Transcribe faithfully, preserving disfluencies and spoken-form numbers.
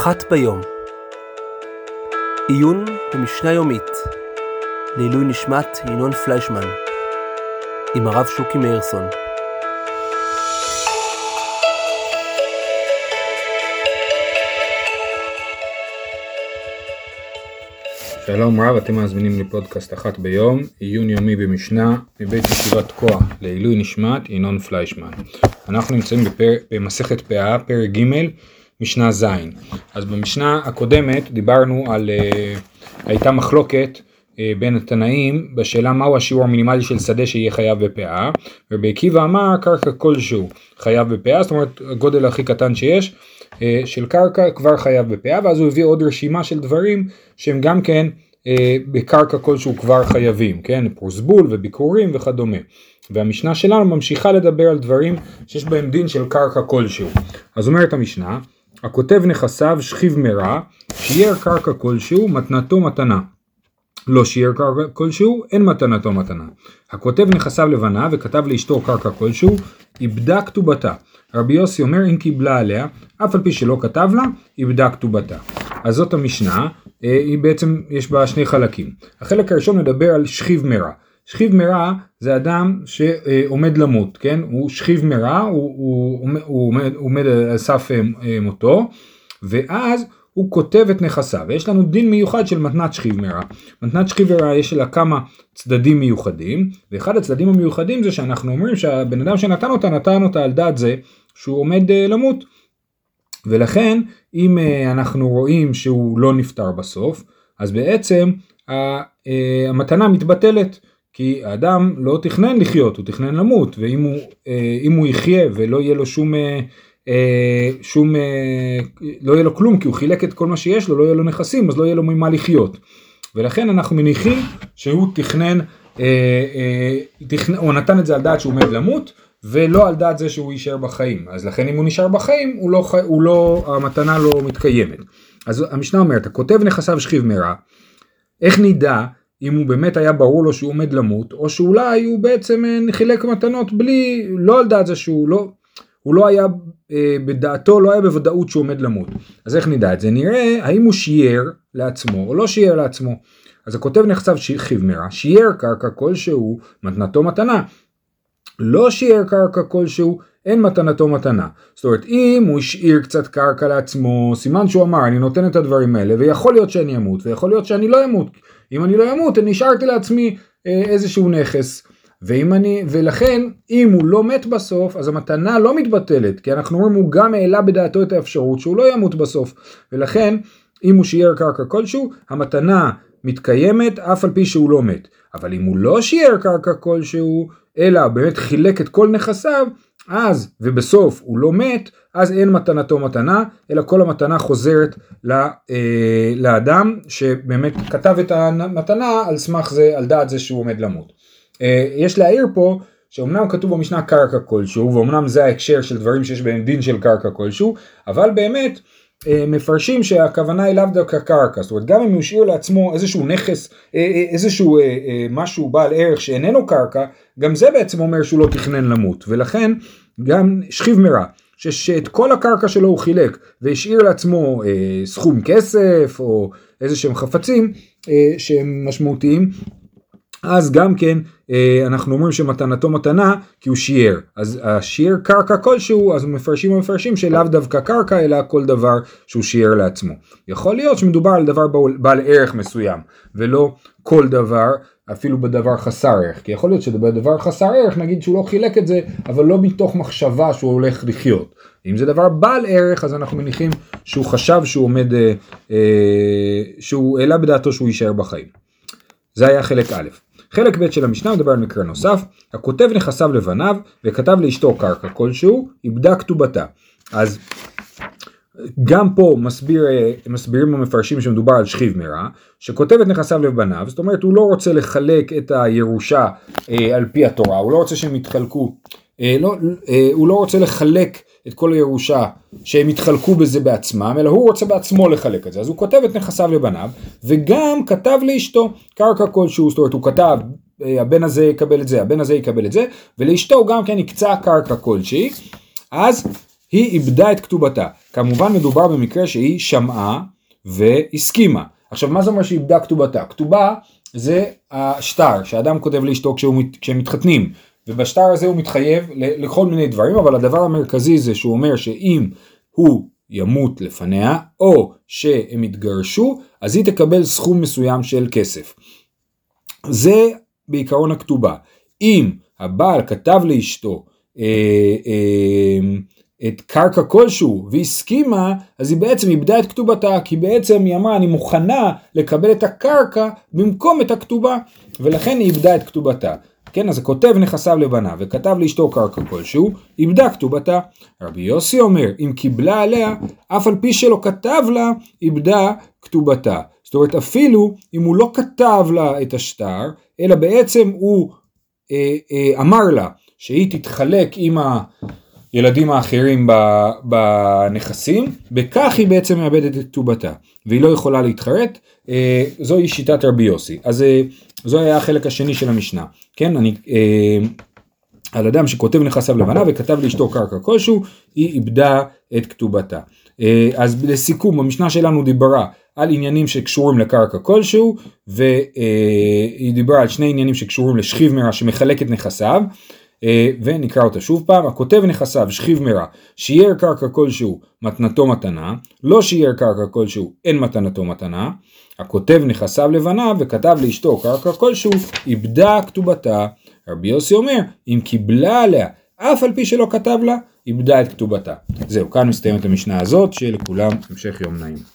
אחת ביום. עיון במשנה יומית לעילוי נשמת ינון פליישמן עם הרב שוקי מאירסון. שלום רב, אתם מאזמינים לפודקאסט אחת ביום, עיון יומי במשנה מבית ישיבת תקוע לעילוי נשמת ינון פליישמן. אנחנו נמצאים בפר... במסכת פאה, פרק ג' משנה ז'. אז במשנה הקודמת דיברנו על, uh, הייתה מחלוקת uh, בין התנאים בשאלה מהו השיעור המינימלי של שדה שיהיה חייב בפאה, ורבי עקיבא אמר קרקע כלשהו חייב בפאה, זאת אומרת הגודל הכי קטן שיש uh, של קרקע כבר חייב בפאה, ואז הוא הביא עוד רשימה של דברים שהם גם כן uh, בקרקע כלשהו כבר חייבים, כן? פרוסבול וביקורים וכדומה. והמשנה שלנו ממשיכה לדבר על דברים שיש בהם דין של קרקע כלשהו. אז אומרת המשנה, הכותב נכסיו שכיב מרע, שיער קרקע כלשהו, מתנתו מתנה. לא שיער קרקע כלשהו, אין מתנתו מתנה. הכותב נכסיו לבנה וכתב לאשתו קרקע כלשהו, איבדה כתובתה. רבי יוסי אומר, אם קיבלה עליה, אף על פי שלא כתב לה, איבדה כתובתה. אז זאת המשנה, היא בעצם, יש בה שני חלקים. החלק הראשון מדבר על שכיב מרע. שכיב מרע זה אדם שעומד למות, כן? הוא שכיב מרע, הוא, הוא, הוא, עומד, הוא עומד על סף מותו, ואז הוא כותב את נכסיו. ויש לנו דין מיוחד של מתנת שכיב מרע. מתנת שכיב מרע יש לה כמה צדדים מיוחדים, ואחד הצדדים המיוחדים זה שאנחנו אומרים שהבן אדם שנתן אותה, נתן אותה על דעת זה שהוא עומד למות. ולכן, אם אנחנו רואים שהוא לא נפטר בסוף, אז בעצם המתנה מתבטלת. כי האדם לא תכנן לחיות, הוא תכנן למות, ואם הוא, אם הוא יחיה ולא יהיה לו שום, שום, לא יהיה לו כלום, כי הוא חילק את כל מה שיש לו, לא יהיה לו נכסים, אז לא יהיה לו ממה לחיות. ולכן אנחנו מניחים שהוא תכנן, הוא נתן את זה על דעת שהוא עומד למות, ולא על דעת זה שהוא יישאר בחיים. אז לכן אם הוא נשאר בחיים, הוא לא, הוא לא, המתנה לא מתקיימת. אז המשנה אומרת, הכותב נכסיו שכיב מרע, איך נדע אם הוא באמת היה ברור לו שהוא עומד למות, או שאולי הוא בעצם חילק מתנות בלי, לא על דעת זה שהוא לא, הוא לא היה בדעתו, לא היה בוודאות שהוא עומד למות. אז איך נדע את זה? נראה האם הוא שיער לעצמו, או לא שיער לעצמו. אז הכותב נכסיו שכיב מרע, שיער קרקע כלשהו, מתנתו מתנה. לא שיער קרקע כלשהו, אין מתנתו מתנה. זאת אומרת, אם הוא השאיר קצת קרקע לעצמו, סימן שהוא אמר, אני נותן את הדברים האלה, ויכול להיות שאני אמות, ויכול להיות שאני לא אמות. אם אני לא אמות, אני נשארתי לעצמי איזשהו נכס. ואם אני, ולכן, אם הוא לא מת בסוף, אז המתנה לא מתבטלת, כי אנחנו אומרים, הוא גם העלה בדעתו את האפשרות שהוא לא ימות בסוף. ולכן, אם הוא שיער קרקע כלשהו, המתנה מתקיימת, אף על פי שהוא לא מת. אבל אם הוא לא שיער קרקע כלשהו, אלא באמת חילק את כל נכסיו, אז, ובסוף הוא לא מת, אז אין מתנתו מתנה, אלא כל המתנה חוזרת לאדם שבאמת כתב את המתנה על סמך זה, על דעת זה שהוא עומד למות. יש להעיר פה, שאומנם כתוב במשנה קרקע כלשהו, ואומנם זה ההקשר של דברים שיש בהם דין של קרקע כלשהו, אבל באמת מפרשים שהכוונה היא לאו דווקא קרקע, זאת אומרת גם אם הוא השאיר לעצמו איזשהו נכס, איזשהו משהו בעל ערך שאיננו קרקע, גם זה בעצם אומר שהוא לא תכנן למות, ולכן גם שכיב מרע, שאת כל הקרקע שלו הוא חילק, והשאיר לעצמו סכום כסף, או איזשהם חפצים שהם משמעותיים, אז גם כן אנחנו אומרים שמתנתו מתנה כי הוא שיער. אז השיער קרקע כלשהו, אז מפרשים ומפרשים שלאו דווקא קרקע אלא כל דבר שהוא שיער לעצמו. יכול להיות שמדובר על דבר בעל ערך מסוים ולא כל דבר, אפילו בדבר חסר ערך. כי יכול להיות שבדבר חסר ערך נגיד שהוא לא חילק את זה, אבל לא מתוך מחשבה שהוא הולך לחיות. אם זה דבר בעל ערך, אז אנחנו מניחים שהוא חשב שהוא עומד, שהוא העלה בדעתו שהוא יישאר בחיים. זה היה חלק א'. חלק ב' של המשנה מדבר על מקרה נוסף, הכותב נכסיו לבניו וכתב לאשתו קרקע כלשהו, איבדה כתובתה. אז גם פה מסביר, מסבירים המפרשים שמדובר על שכיב מרע, שכותב את נכסיו לבניו, זאת אומרת הוא לא רוצה לחלק את הירושה אה, על פי התורה, הוא לא רוצה שהם יתחלקו, אה, לא, אה, הוא לא רוצה לחלק את כל הירושה שהם יתחלקו בזה בעצמם, אלא הוא רוצה בעצמו לחלק את זה. אז הוא כותב את נכסיו לבניו, וגם כתב לאשתו קרקע כלשהו, זאת אומרת הוא כתב, הבן הזה יקבל את זה, הבן הזה יקבל את זה, ולאשתו גם כן יקצה קרקע כלשהי, אז היא איבדה את כתובתה. כמובן מדובר במקרה שהיא שמעה והסכימה. עכשיו מה זה אומר שהיא איבדה כתובתה? כתובה זה השטר שאדם כותב לאשתו כשהם מתחתנים, ובשטר הזה הוא מתחייב לכל מיני דברים, אבל הדבר המרכזי זה שהוא אומר שאם הוא ימות לפניה, או שהם יתגרשו, אז היא תקבל סכום מסוים של כסף. זה בעיקרון הכתובה. אם הבעל כתב לאשתו אה, אה, את קרקע כלשהו והסכימה, אז היא בעצם איבדה את כתובתה, כי בעצם היא אמרה אני מוכנה לקבל את הקרקע במקום את הכתובה, ולכן היא איבדה את כתובתה. כן, אז הכותב נכסיו לבניו וכתב לאשתו קרקע כלשהו, איבדה כתובתה. רבי יוסי אומר, אם קיבלה עליה, אף על פי שלא כתב לה, איבדה כתובתה. זאת אומרת, אפילו אם הוא לא כתב לה את השטר, אלא בעצם הוא אה, אה, אמר לה שהיא תתחלק עם הילדים האחרים בנכסים, בכך היא בעצם מאבדת את כתובתה, והיא לא יכולה להתחרט. אה, זוהי שיטת רבי יוסי. אז אה, זו היה החלק השני של המשנה. כן, אני, אה, על אדם שכותב נכסיו לבניו וכתב לאשתו קרקע כלשהו, היא איבדה את כתובתה. אה, אז לסיכום, המשנה שלנו דיברה על עניינים שקשורים לקרקע כלשהו, והיא דיברה על שני עניינים שקשורים לשכיב מרע שמחלק את נכסיו, אה, ונקרא אותה שוב פעם. הכותב נכסיו שכיב מרע, שיער קרקע כלשהו מתנתו מתנה, לא שיער קרקע כלשהו אין מתנתו מתנה. הכותב נכסיו לבניו וכתב לאשתו קרקע כלשהו, איבדה כתובתה. רבי יוסי אומר, אם קיבלה עליה, אף על פי שלא כתב לה, איבדה את כתובתה. זהו, כאן מסתיימת המשנה הזאת, שלכולם המשך יום נעים.